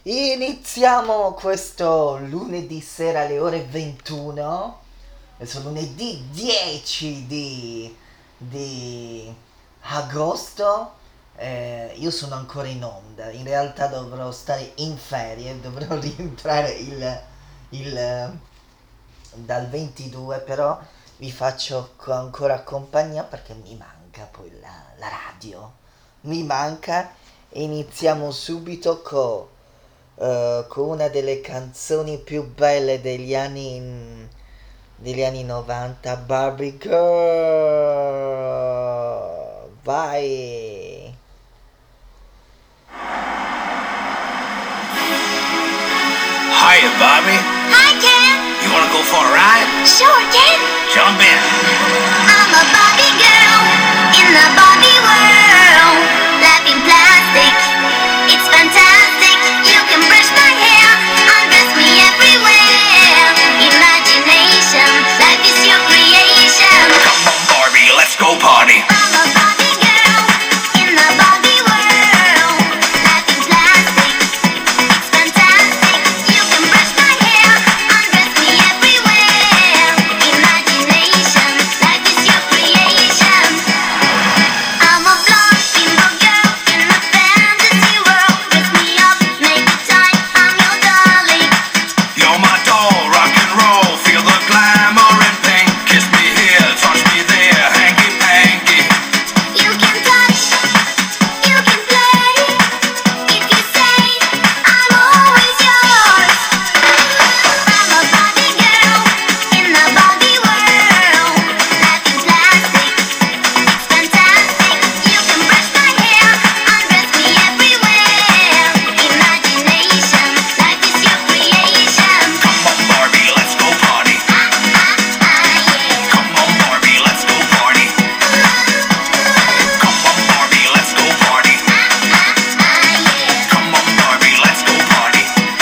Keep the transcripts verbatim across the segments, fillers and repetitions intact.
Iniziamo questo lunedì sera alle ore ventuno, adesso lunedì dieci di, di agosto. Eh, io sono ancora in onda, in realtà dovrò stare in ferie, dovrò rientrare il, il, dal ventidue, però vi faccio co- ancora compagnia perché mi manca poi la, la radio, mi manca. E iniziamo subito con Uh, con una delle canzoni più belle degli anni degli anni novanta, Barbie Girl. Vai. Hiya, Bobby. Hi, Ken. You wanna go for a ride? Sure, Ken. Jump in. I'm a Barbie girl in the Barbie world. Laughing plastic, it's fantastic. You can brush my hair, undress me everywhere. Imagination, life is your creation. Come on, Barbie, let's go party. I'm a Barbie girl in the Barbie world. Laughing plastic, it's fantastic. You can brush my hair, undress me everywhere. Imagination, life is your creation. I'm a blonde bimbo girl in a fantasy world. Dress me up, make it tight, I'm your darling. You're my doll, rock and roll. Feel the glamour and pink. Kiss me here, touch me there. Hanky panky. You can touch, you can play. If you say I'm always yours. I'm a Barbie girl in the Barbie world. Laughing plastic, it's fantastic. You can brush my hair, undress me everywhere. Imagination, life is your creation. Come on, Barbie, let's go party. Ah, ah, ah, yeah. Come on, Barbie, let's go party. Come on, Barbie, let's go party. Ah, ah, yeah. Come on, Barbie, let's go party.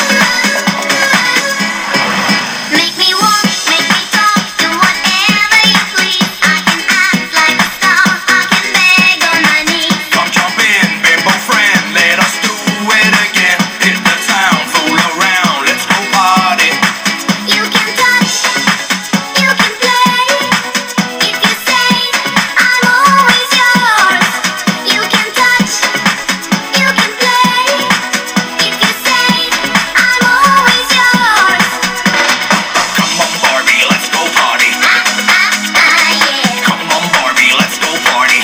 Make me walk, make me talk, do whatever you please. I can act like a star, I can beg on my knees. Come jump in, bimbo friend. Let us do it again. Hit the town, fool around. Let's go party. You can touch, you can play. If you say I'm always yours. You can touch, you can play. If you say I'm always yours. Come on, Barbie, let's go party. Ah, ah, ah, yeah. Come on, Barbie, let's go party.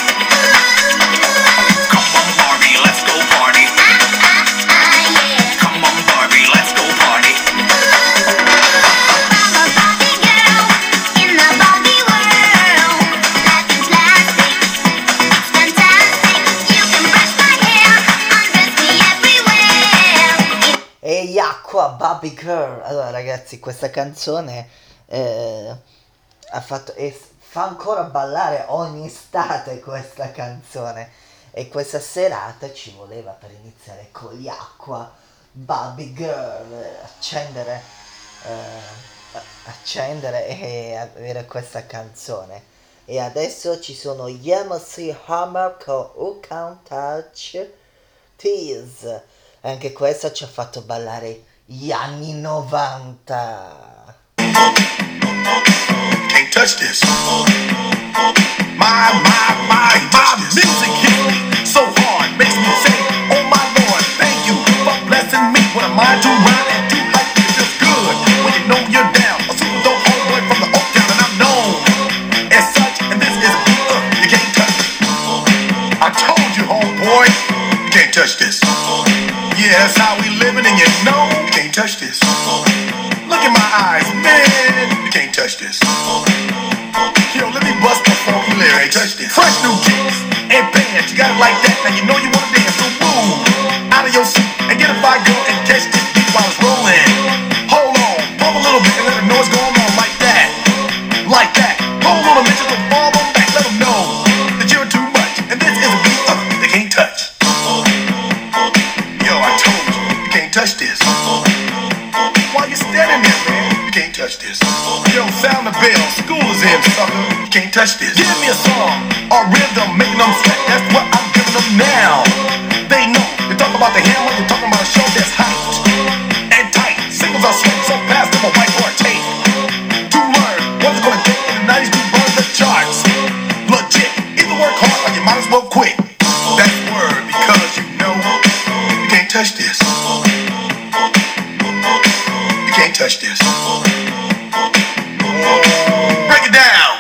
Come on, Barbie, let's go party. Ah, ah, ah, yeah. Come on, Barbie, let's go party. I'm a Barbie girl in the Barbie world. Laughing plastic, it's fantastic. You can brush my hair, undress me everywhere. Ehi acqua, Barbie Girl. Allora ragazzi, questa canzone eh, ha fatto e s- fa ancora ballare ogni estate questa canzone, e questa serata ci voleva per iniziare con gli acqua, Barbie Girl, eh, accendere eh, a- accendere e avere questa canzone. E adesso ci sono gli M C Hammer con Who Can't Touch Tease. Anche questa ci ha fatto ballare gli anni novanta. Can't touch this. My, my, my, my music hits me so hard, makes me say, oh my Lord, thank you for blessing me. When I'm mind to rhyme and do hype, it feels good when you know you're down. A super dope homeboy from the Oak Town, and I'm known as such. And this is a beat uh, you can't touch. I told you, homeboy, you can't touch this. Yeah, that's how we living, and you know you can't touch this. Look in my eyes, man, you can't touch this. Yo, let me bust the funky lyrics. Fresh new kicks and bands, you got it like that. Now you know you wanna dance, so move out of your seat and get a fire girl and catch this beat while it's rolling. Hold on, pump a little bit and let them know what's going on like that, like that. Hold on a minute, just fall on back, let them know that you're too much. And this is a beat uh, they can't touch. Yo, I told you, you can't touch this. Why you standing there, man? You can't touch this. Yo, sound the bell, school is in, sucker. You can't touch this. Give me a song or rhythm, making them sweat. That's what I'm giving them now. They know. You talk about the hammer, you're talking about a show that's hot. touch this. You can't touch this. Break it down.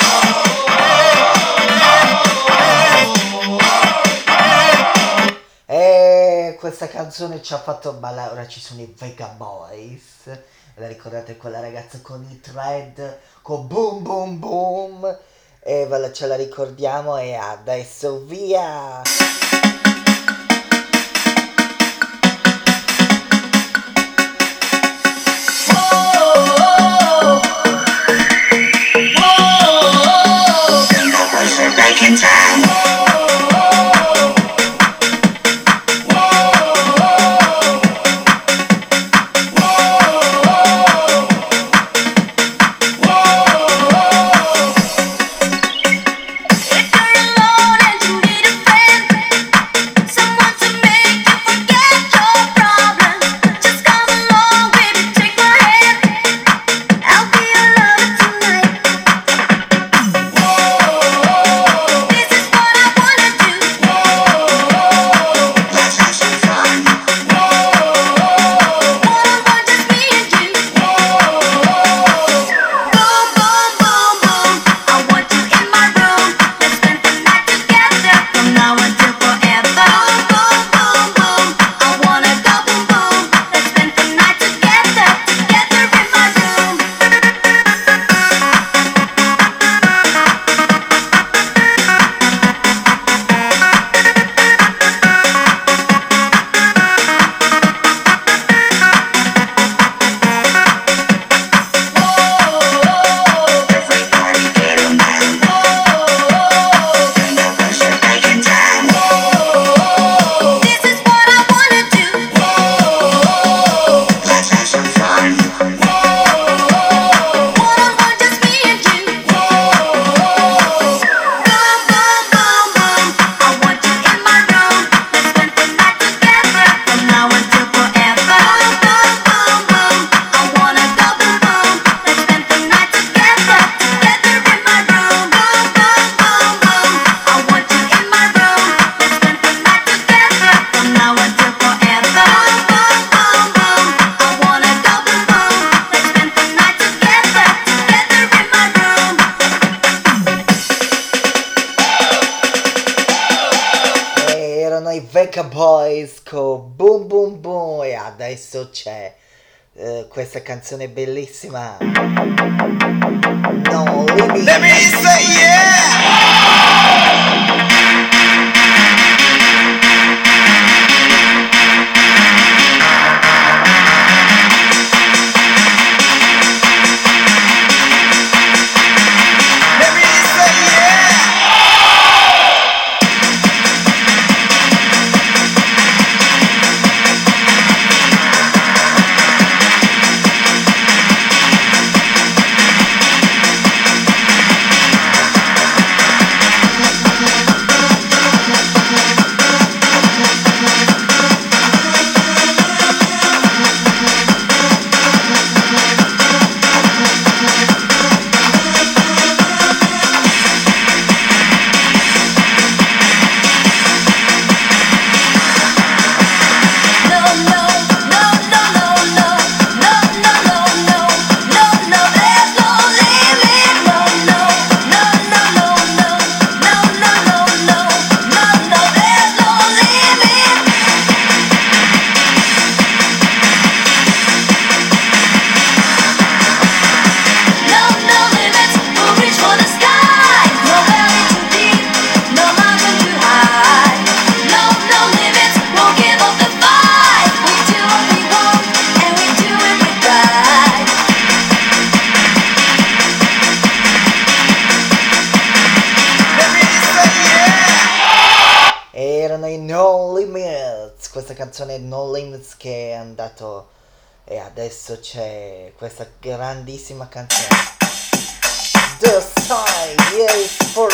E questa canzone ci ha fatto ballare. Ora ci sono i Vega Boys. La ricordate quella ragazza con i thread, con boom boom boom? E ve la- ce la ricordiamo e adesso via! If you're alone and you need a friend, someone to make you forget your problems, just come along, baby, take my hand. I'll be your lover tonight. This is what I wanna do. Let's have some fun. One-on-one, just me and you. Boom, boom, boom, boom. I want you in my room. Let's spend the night together from now until forever. Boom, boom, boom. I wanna go boom, boom. Let's spend the night together, together in my room. This is what I wanna do. Let's have some fun. One-on-one, just me and you. Boom, boom, boom, boom. I want you in my room. Let's spend the night together from now until forever. Boom, boom, boom. I wanna go boom, boom. Let's spend the night together, together in my room. Boom, boom, boom, boom. I want you in my room. Let's spend the night together from now until forever. Boom, boom, boom. I wanna go boom, boom. Let's spend the night together, together in my room. E erano i Vega Boys con boom boom boom e adesso c'è eh, questa canzone bellissima. No limit. Let me say yeah. Let me say yeah. No, no, no, no, no, no, no, no, no, no, no, no, there's no limit. No, no, no, no, no, no, no, no, no, no, no, no, there's no limit. No, no limits, we'll reach for the sky. No valley too deep, no mountain too high. No, no limits, won't give up the fight. We do what we want, and we do it with pride. Let me say yeah. Erano i No Limits, questa canzone No Limits che è andato e adesso c'è questa grandissima canzone. The Sign is for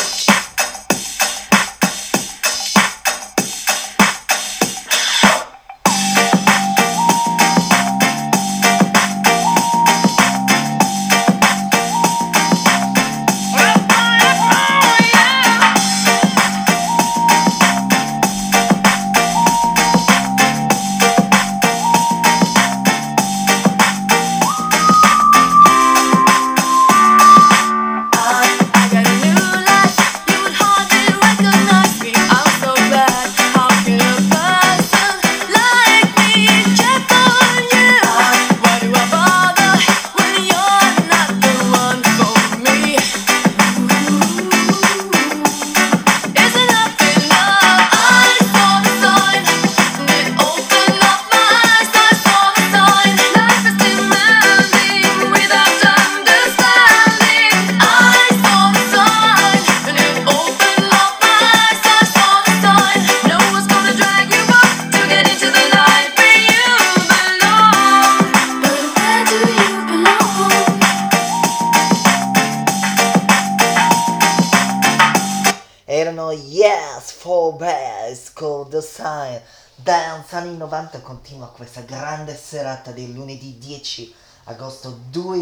erano Yes for Bass con The Sign. Dance anni novanta continua questa grande serata del lunedì dieci agosto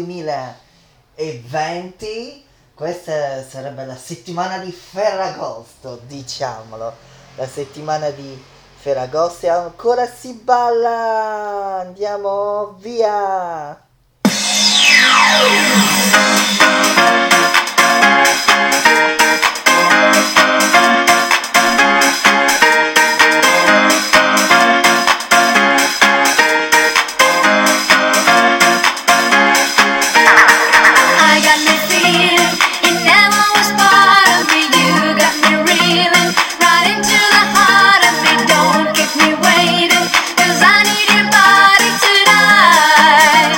duemilaventi. Questa sarebbe la settimana di Ferragosto, diciamolo, la settimana di Ferragosto e ancora si balla, andiamo via! I got me feeling it never was part of me. You got me reeling right into the heart of me. Don't keep me waiting, 'cause I need your body tonight.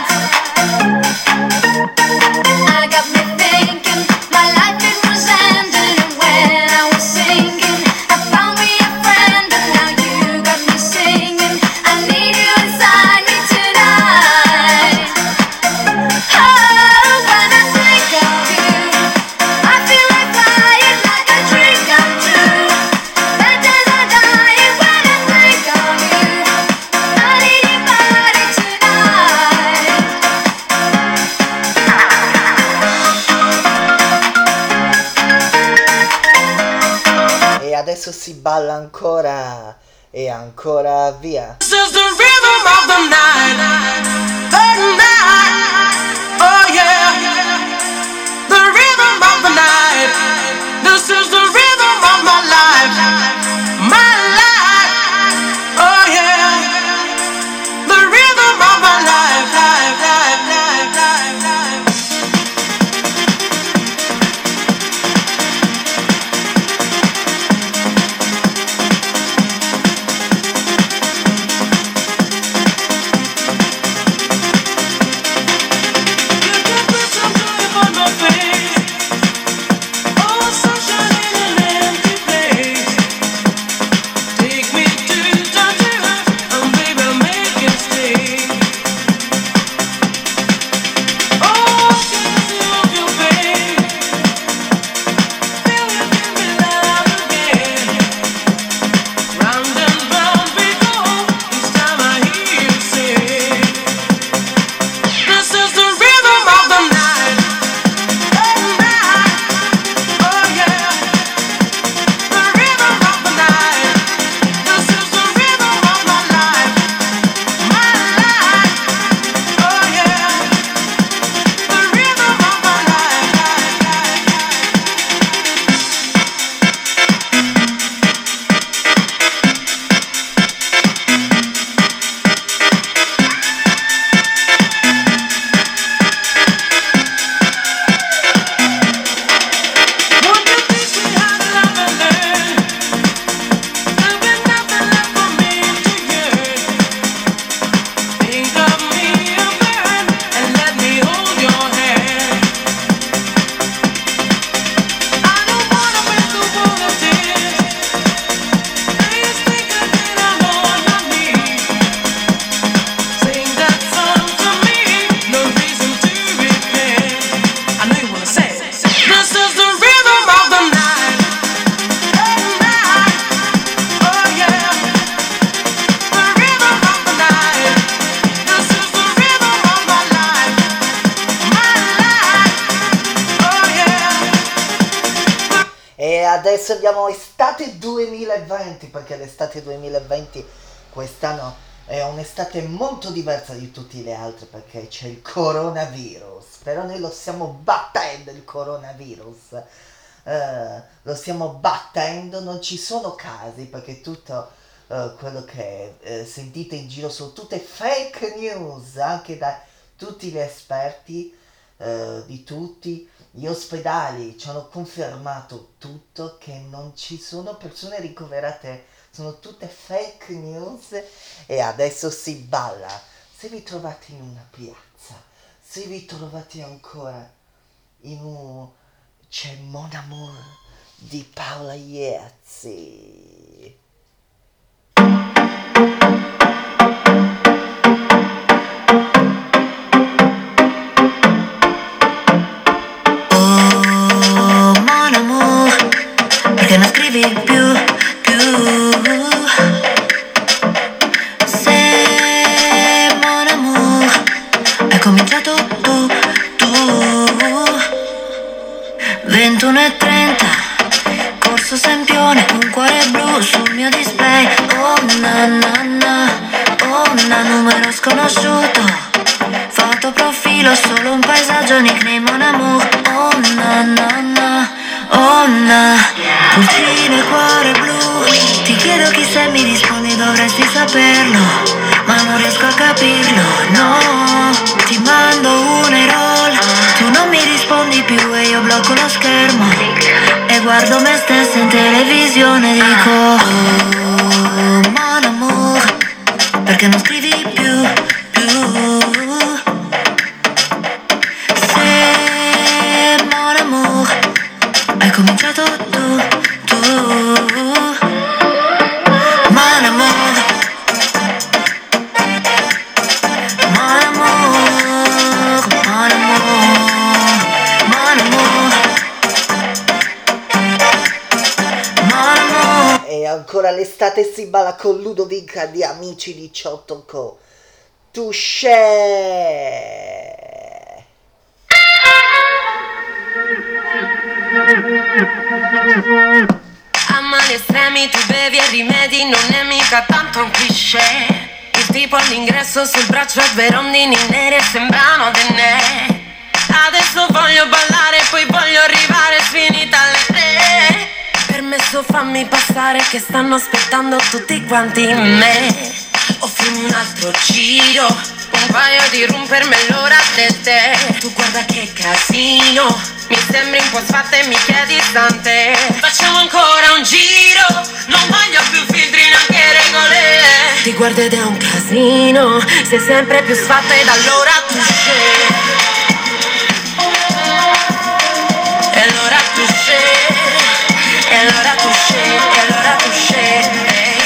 I got me thinking my life it was ending, and when I was singing I found me a friend, and now you got me singing. I need you inside me tonight. Oh, when I think of you, I feel like flying, like a dream come true. Bad days are dying when I think of you. I need your body tonight. E adesso si balla ancora e ancora via. This is the rhythm of the night, the night, oh yeah, the rhythm of the night. This is the rhythm of my life, my life, oh yeah, the rhythm of my life, life, life, life, life, life. Adesso abbiamo estate duemilaventi, perché l'estate duemilaventi quest'anno è un'estate molto diversa di tutte le altre perché c'è il coronavirus, però noi lo stiamo battendo il coronavirus, eh, lo stiamo battendo, non ci sono casi perché tutto eh, quello che eh, sentite in giro sono tutte fake news, anche da tutti gli esperti, eh, di tutti. Gli ospedali ci hanno confermato tutto, che non ci sono persone ricoverate, sono tutte fake news e adesso si balla. Se vi trovate in una piazza, se vi trovate ancora in un... c'è Mon Amour di Paola Iezzi. Mon amour, perché non scrivi ventuno e trenta, corso Sempione, un cuore blu sul mio display. Oh na na na, oh na, numero sconosciuto, foto profilo, solo un paesaggio, nickname mon amour. Oh na na na, oh na, pulcino e cuore blu. Ti chiedo chi sei, mi rispondi dovresti saperlo, ma non riesco a capirlo, no. Ti mando un e-roll, tu non mi rispondi più e io blocco lo schermo e guardo me stessa in televisione. Dico oh mon amour, perché non scrivi più, più. Se mon amour, hai cominciato tu, tu. Mon amour, mon amour, mon amour, mon amour, mon amour. E ancora l'estate si balla con Ludovica di Amici diciotto Co. Touché! A mali estremi tu bevi e rimedi, non è mica tanto un cliché. Il tipo all'ingresso sul braccio e due rondini nere sembrano denne. Adesso voglio ballare, poi voglio arrivare sfinita alle tre. Permesso fammi passare che stanno aspettando tutti quanti me. Offrimi un altro giro, un paio di rum per me l'ora del tè. Tu guarda che casino, mi sembri un po' sfatta e mi chiedi tante. Facciamo ancora un giro, non voglio più filtri neanche regole. Ti guardo ed è un casino, sei sempre più sfatta ed allora tu scegli. E allora tu scegli, e allora tu scegli, e allora tu scegli.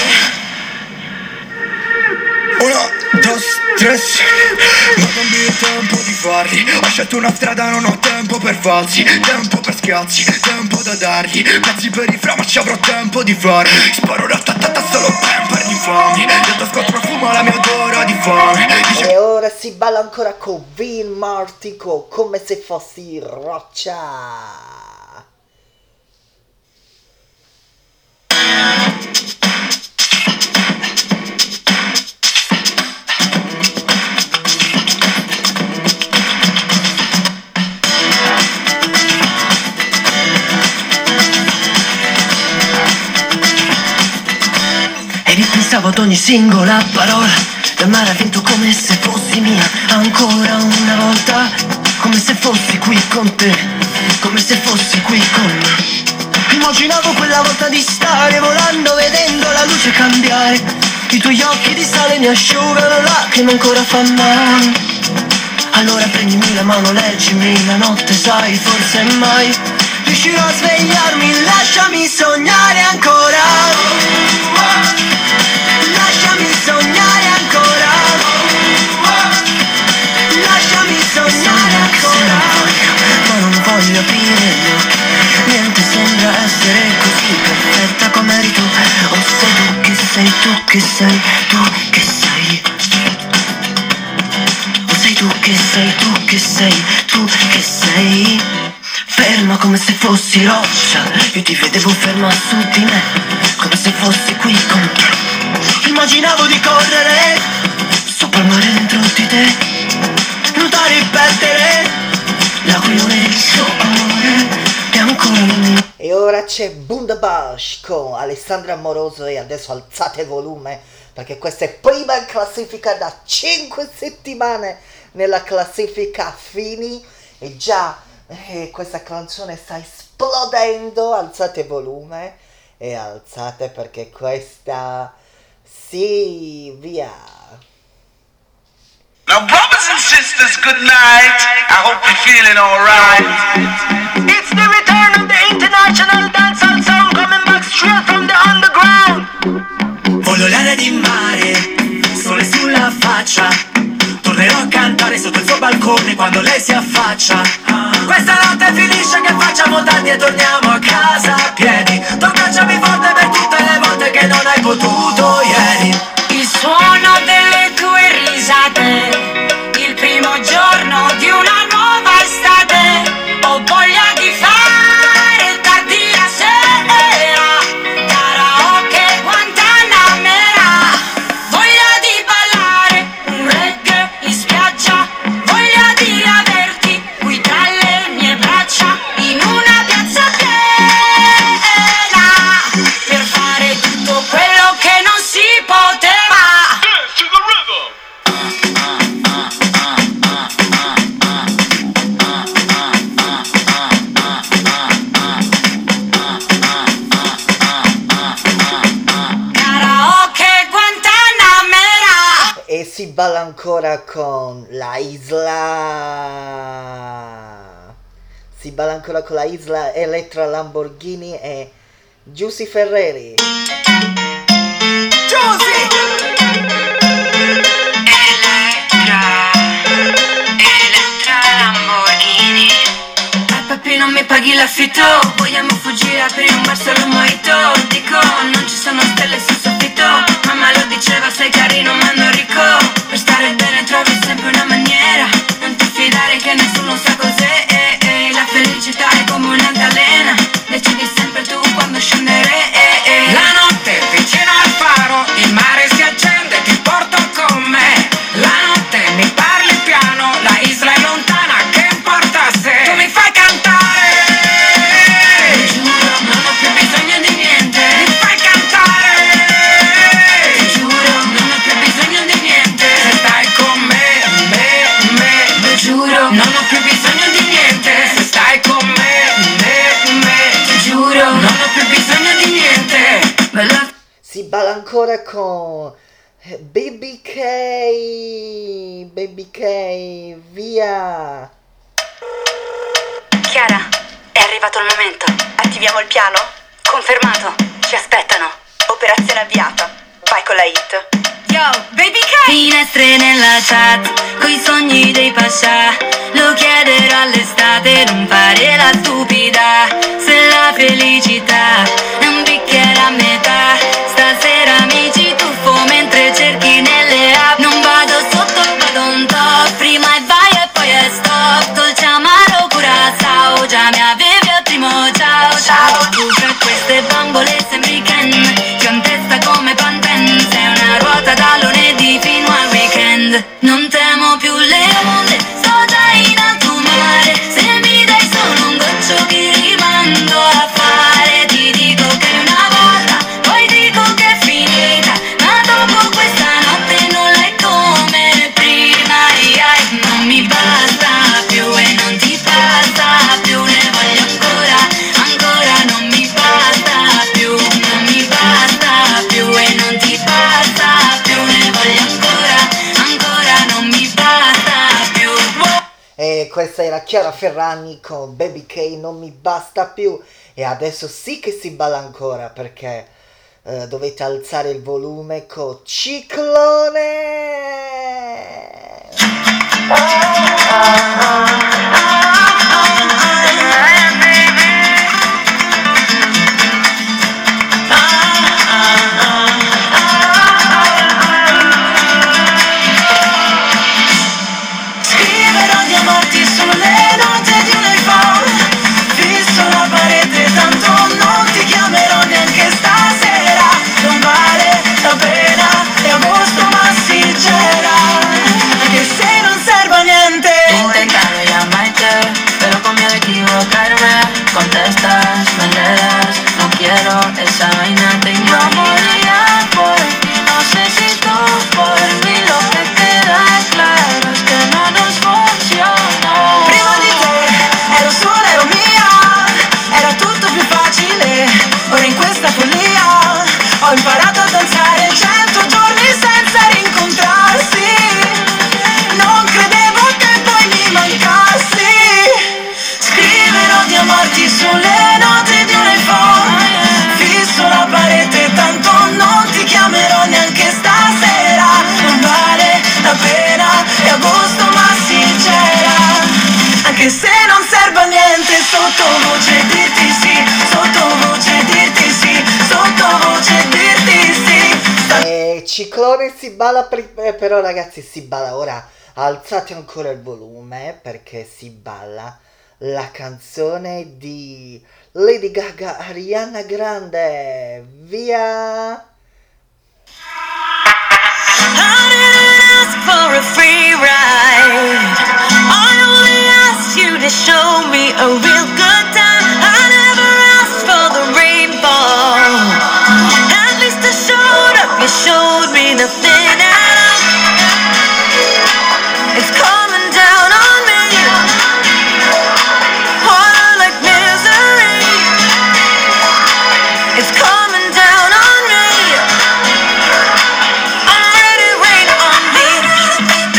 Uno, dos, tres. Ma non mi è tempo di farli. Ho scelto una strada, non ho tempo per falsi, tempo per schiazzi, tempo da dargli. Pezzi per i fra, ma ci avrò tempo di farli. Sparo ratatata solo per gli infami. Detto scotto profumo la mia odora di fame. Dice E ora si balla ancora con Bill Martico, come se fossi roccia. E ripensavo ad ogni singola parola del mare ha vinto come se fossi mia. Ancora una volta, come se fossi qui con te, come se fossi qui con me. Immaginavo quella volta di stare volando, vedendo la luce cambiare. I tuoi occhi di sale mi asciugano lacrime ancora fa male. Allora prendimi la mano, leggimi la notte, sai, forse mai riuscirò a svegliarmi. Lasciami sognare ancora. Lasciami sognare ancora. Lasciami sognare ancora. Ma non voglio aprire gli occhi. Niente sembra essere così perfetta come eri tu. O sei tu che sei, tu che sei, tu che sei. O sei tu che sei, tu che sei, tu che sei. Ferma come se fossi roccia. Io ti vedevo ferma su di me, come se fossi qui con me. Immaginavo di correre sopra il mare dentro di te, nuotare e perdere l'aquilone del suo amore. E ancora non mi... E ora c'è Bundabash con Alessandra Amoroso e adesso alzate volume perché questa è prima in classifica da cinque settimane nella classifica Fini e già eh, questa canzone sta esplodendo. Alzate volume e alzate perché questa... Sì, via. Now, brothers and sisters, good night. I hope you're feeling alright. It's the return of the international dancehall sound coming back straight from the underground. Voglio l'aria di mare, sole sulla faccia. Tornerò a cantare sotto il suo balcone quando lei si affaccia. Questa notte finisce che facciamo tardi e torniamo a casa a piedi. Tu abbracciami forte per tutte le volte che non hai potuto ieri. Il suono delle tue risate, il primo giorno di una nuova estate. Ho voglia di fare ancora con la Isla. Si balla ancora con la Isla, Elettra Lamborghini e Giusy Ferreri. Giusy! Elettra, Elettra Lamborghini. Eh papi non mi paghi l'affitto, vogliamo fuggire, aprire un bar solo un mojito. Dico, non ci sono stelle sul soffitto, mamma lo diceva, sei carino ma non ricco. Per stare bene trovi sempre una maniera, non ti fidare che nessuno sa cos'è. eh, eh. La felicità è come un'altalena, decidi sempre tu quando scendere. eh, eh. La notte vicino al faro, il mare si accende, ti porto con me. La notte mi parli piano, la isla è lontana, che importa se tu mi fai cantare. Ti giuro, non ho più bisogno di niente. Mi fai cantare. Ti giuro, non ho più bisogno di niente. Se stai con me, me, me. Ti giuro, Non ho più bisogno di niente. Se stai con me, me, me. ti giuro, Non ho più bisogno di niente. bella. Si balla ancora con Baby K. Baby K, via. Chiara, è arrivato il momento. Attiviamo il piano? Confermato. Ci aspettano. Operazione avviata. Vai con la hit. Yo, baby K. Finestre nella chat, coi sogni dei pascià. Lo chiederò all'estate, non fare la stupida. Se la felicità è un bicchiere a metà, stasera mi ci tuffo mentre cerchi nelle app. Non vado sotto, vado on top, prima e vai e poi è stop. Dolce amaro curacao, già mi avevi al primo ciao ciao. Tu fra queste bambole sembri Ken, che ho in testa come Pantene. Sei una ruota da lunedì fino al weekend. Non temo più le onde, sto già in alto mare. Se mi dai solo un goccio ti rimando a fare. Ti dico che una volta, poi dico che è finita, ma dopo questa notte non è come prima. Ai, ai, non mi basta più e non ti basta più, ne voglio ancora, ancora. Non mi basta più, non mi basta più e non ti basta più, ne voglio ancora, ancora. Non mi basta più. E questa era Chiara Ferragni con Baby K, non mi basta più. E adesso sì che si balla ancora, perché eh, dovete alzare il volume con Ciclone. Scriverò di amarti sulle note di un iPhone, fisso la parete, tanto non ti chiamerò neanche stasera. Non vale la pena, è agosto ma sincera, anche se non serve a niente. Intentare llamarte, pero con miedo a equivocarme. Contestas, me enredas, no quiero esa vaina. Tengo yo moría por ti, no sé si tú por mí. Lo que queda claro es que no nos funzionò. Prima di te ero sola, ero mia, era tutto più facile. Ora in questa follia ho imparato a danzare cento giorni senza rincontrarsi. Non credevo che poi mi mancassi. Scriverò di amarti sulle note di un iPhone, fisso la parete, tanto non ti chiamerò neanche stasera. Non vale la pena, è agosto ma sincera, anche se non serve a niente. Sottovoce dirti sì, sottovoce dirti sì, sottovoce dirti sì. Sta- E Ciclone si balla, per- eh, però ragazzi si balla ora. Alzate ancora il volume perché si balla la canzone di Lady Gaga, Ariana Grande. Via! I didn't ask for a free ride, I only asked you to show me a real good time. I never asked for the rainfall, at least I showed up, you showed me nothing else. It's coming down on me, water like misery. It's coming down on me, I'm ready, rain on me.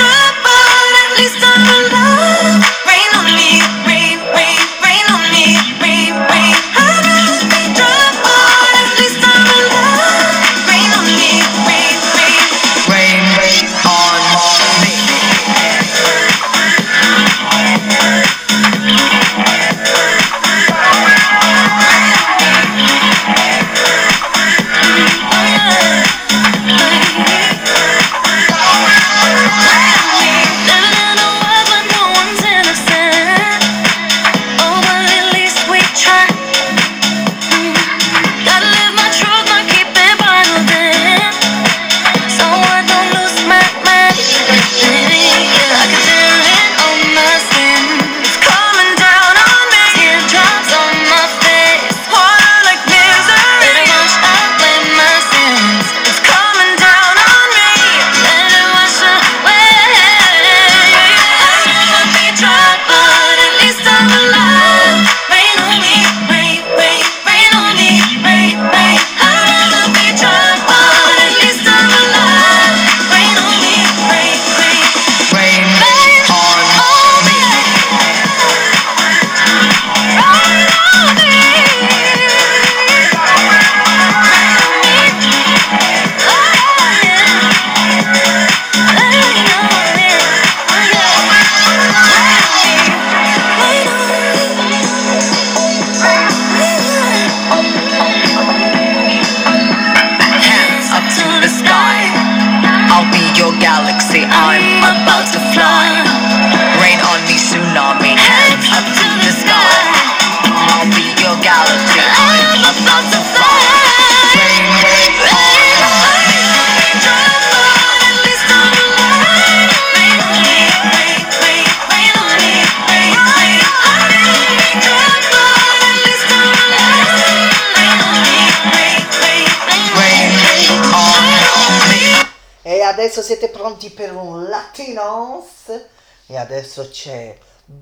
adesso siete pronti per un Latinos? E adesso c'è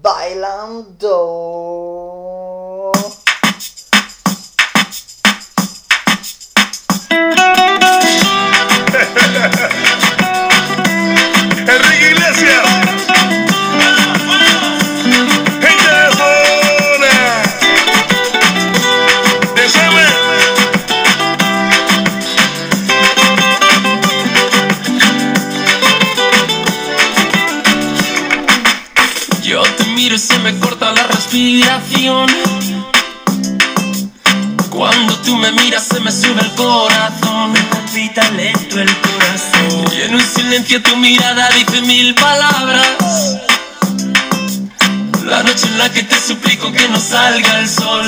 Bailando. Enrique Iglesias. Gente de zona. Déjame. Yo te miro y se me corta la respiración. Cuando tú me miras se me sube el corazón. Me palpita lento el corazón. Y en un silencio tu mirada dice mil palabras. La noche en la que te suplico que no salga el sol.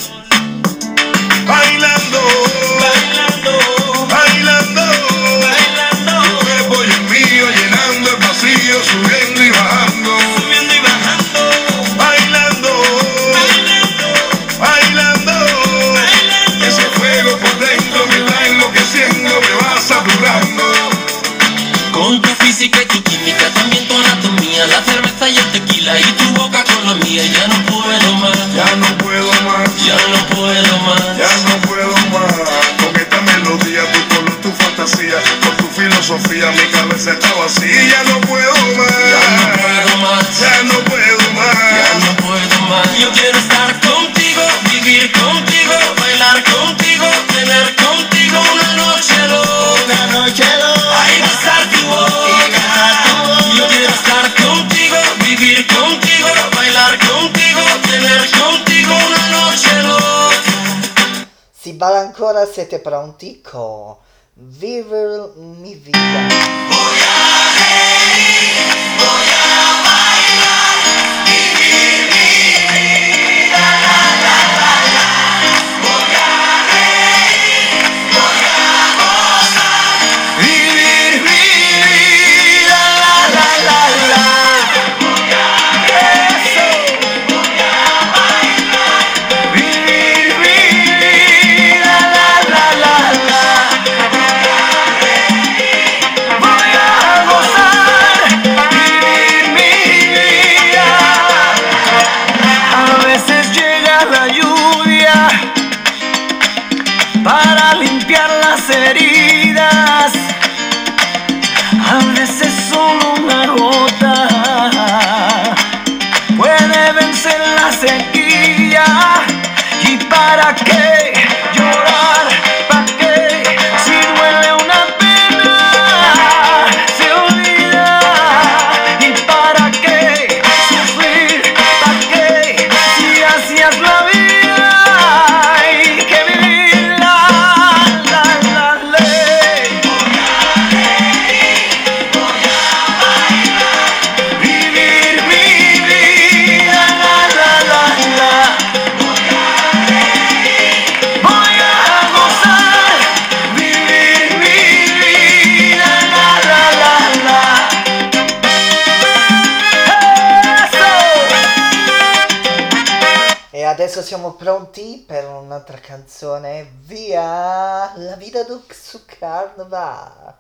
Bailando, bailando, bailando, bailando. Tu cuerpo y el mío llenando el vacío, subiendo y bajando, subiendo y bajando. Bailando, bailando, bailando, bailando. Ese fuego por dentro me está enloqueciendo, me va saturando. Con tu física y tu química, también tu anatomía, la cerveza y el tequila y tu boca con la mía. Ya no puedo más, Ya no puedo más, ya no puedo más. ya no puedo más. Con esta melodía, tu color, tu fantasía, con tu filosofía, mi cabeza está vacía. Ya no puedo más, Ya no puedo más, ya no puedo ya más. no puedo más. Yo quiero estar contigo, vivir contigo, bailar contigo, tener contigo una noche loca. Una noche loca. Ay, besar tu boca. Yo quiero estar contigo, vivir contigo, bailar contigo, tener contigo una noche loca. Si balla ancora, siete pronti con Vivere mi vida. Vivir mi vida, la la la la. Eso. Vivir mi vida, la la la la. Voy a gozar, vivir mi vida. A veces llega la lluvia para limpiar las heridas. A veces solo una gota puede vencer la sequía. ¿Y para qué llorar? ¿Para qué? Si duele una pena, se olvida. ¿Y para qué sufrir? ¿Para qué? Si así es la vida, hay que vivirla, la, la, ley. Vivir mi vida, la, la, la, la. Voy a gozar, vivir mi vida, la, la, la, la. Eso. E adesso siamo pronti per un'altra canzone. Via la vita do su carnaval.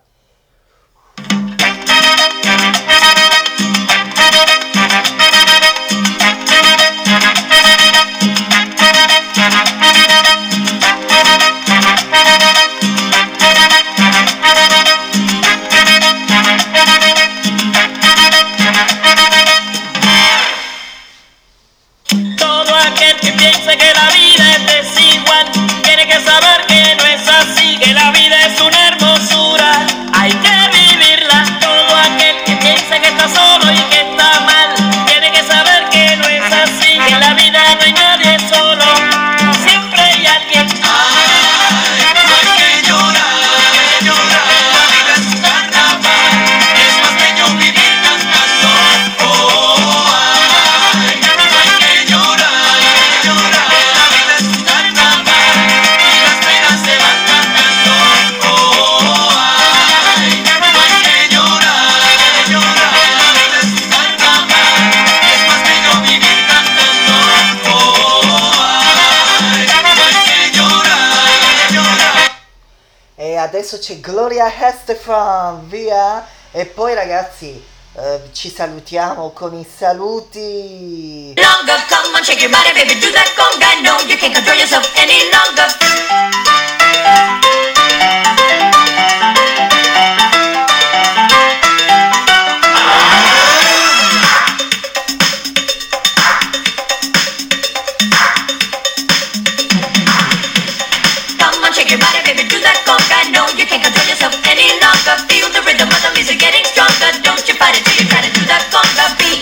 Todo aquel que piense que la vida es desigual tiene que saber que no es así, que la vida es una hermosura, hay que vivirla. Todo aquel que piense que está solo y que está mal tiene que saber que no es así, que en la vida no hay nadie solo, siempre hay alguien. Ay, no hay que llorar, que llorar, la vida es un carnaval, es más bello vivir cantando. Oh, ay, no hay que llorar, que llorar, la vida es un carnaval, y las penas se van cantando. Oh, ay, no hay que llorar, que llorar, la vida adesso c'è Gloria Estefan, via. E poi ragazzi, eh, ci salutiamo con i saluti. Longer, come on, shake your body, baby, do that conga. No, you can't control yourself any longer. Come on, shake your body, baby, do that conga. No, you can't control yourself any longer. Feel the rhythm of the music getting stronger. Don't you fight it till you try to do that conga beat.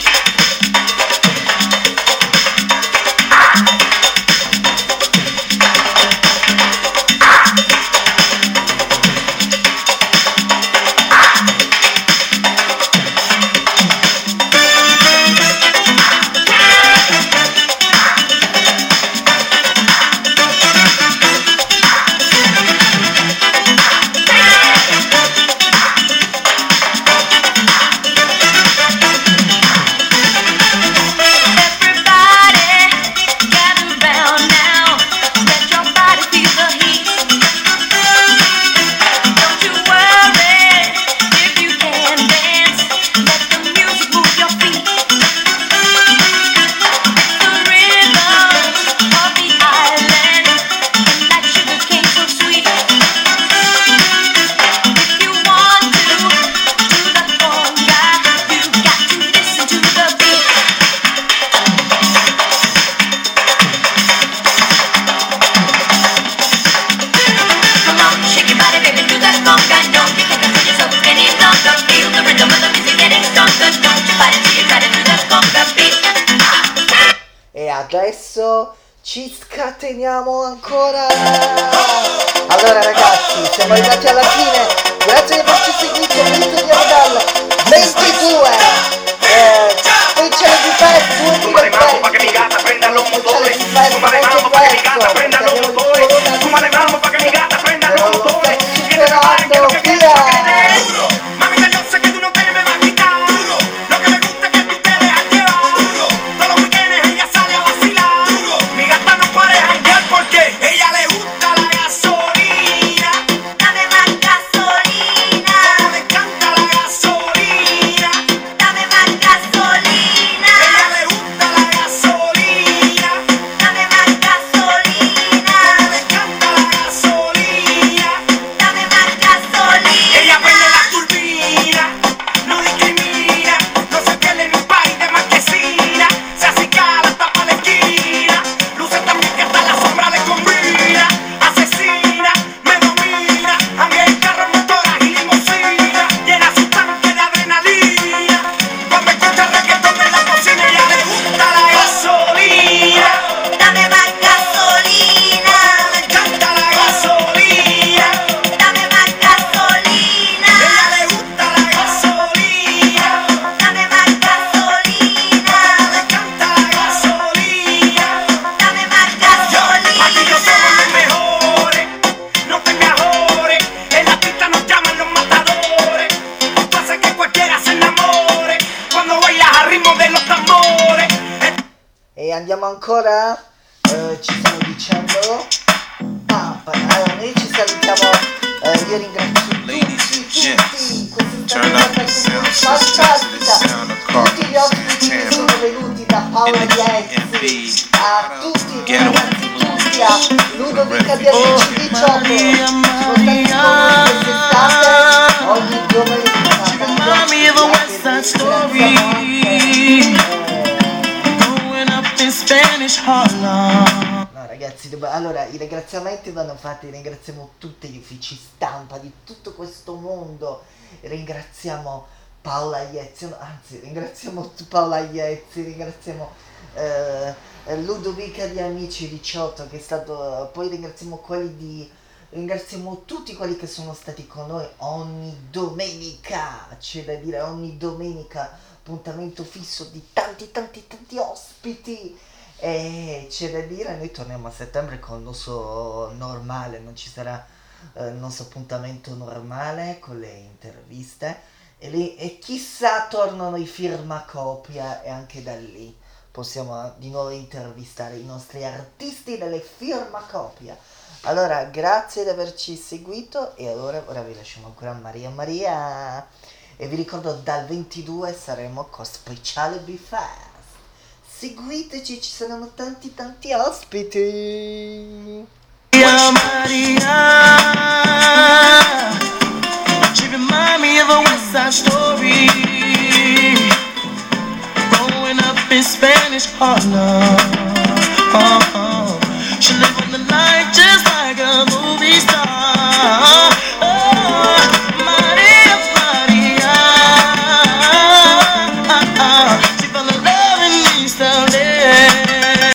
Adesso ci scateniamo ancora. Allora ragazzi, siamo arrivati alla fine. Grazie di averci seguito. Vinto di Adal ventidue eh, Special di Fest duemilaventi. Special di Fest molto perso. Abbiamo il corona. Però lo stai superando. Via. Andiamo ancora, eh, ci stiamo dicendo, ah, allora noi ci salutiamo, eh, io ringrazio tutti, tutti, questa fantastica, tutti gli ospiti che sono venuti da Paola Iezzi, a tutti, ragazzi, tutti, a Ludovica di Amici diciotto, sono stati con quest'estate, ogni domenica, Spanish Harlem. No ragazzi, dov- allora i ringraziamenti vanno fatti, ringraziamo tutti gli uffici stampa di tutto questo mondo, ringraziamo Paola Iezzi, no, anzi ringraziamo tu- Paola Iezzi, ringraziamo eh, Ludovica di Amici diciotto che è stato, poi ringraziamo quelli di, ringraziamo tutti quelli che sono stati con noi ogni domenica, c'è da dire ogni domenica, appuntamento fisso di tanti tanti tanti ospiti. E c'è da dire, noi torniamo a settembre con il nostro normale, non ci sarà eh, il nostro appuntamento normale con le interviste e, lì, e chissà tornano i firmacopia e anche da lì possiamo di nuovo intervistare i nostri artisti delle firmacopia. Allora, grazie di averci seguito e allora ora vi lasciamo ancora a Maria Maria e vi ricordo dal ventidue saremo con Speciale B-Fest. Seguiteci, ci saranno tanti tanti ospiti. Maria, Maria, she remind me of a West Side Story, growing up in Spanish Harlem.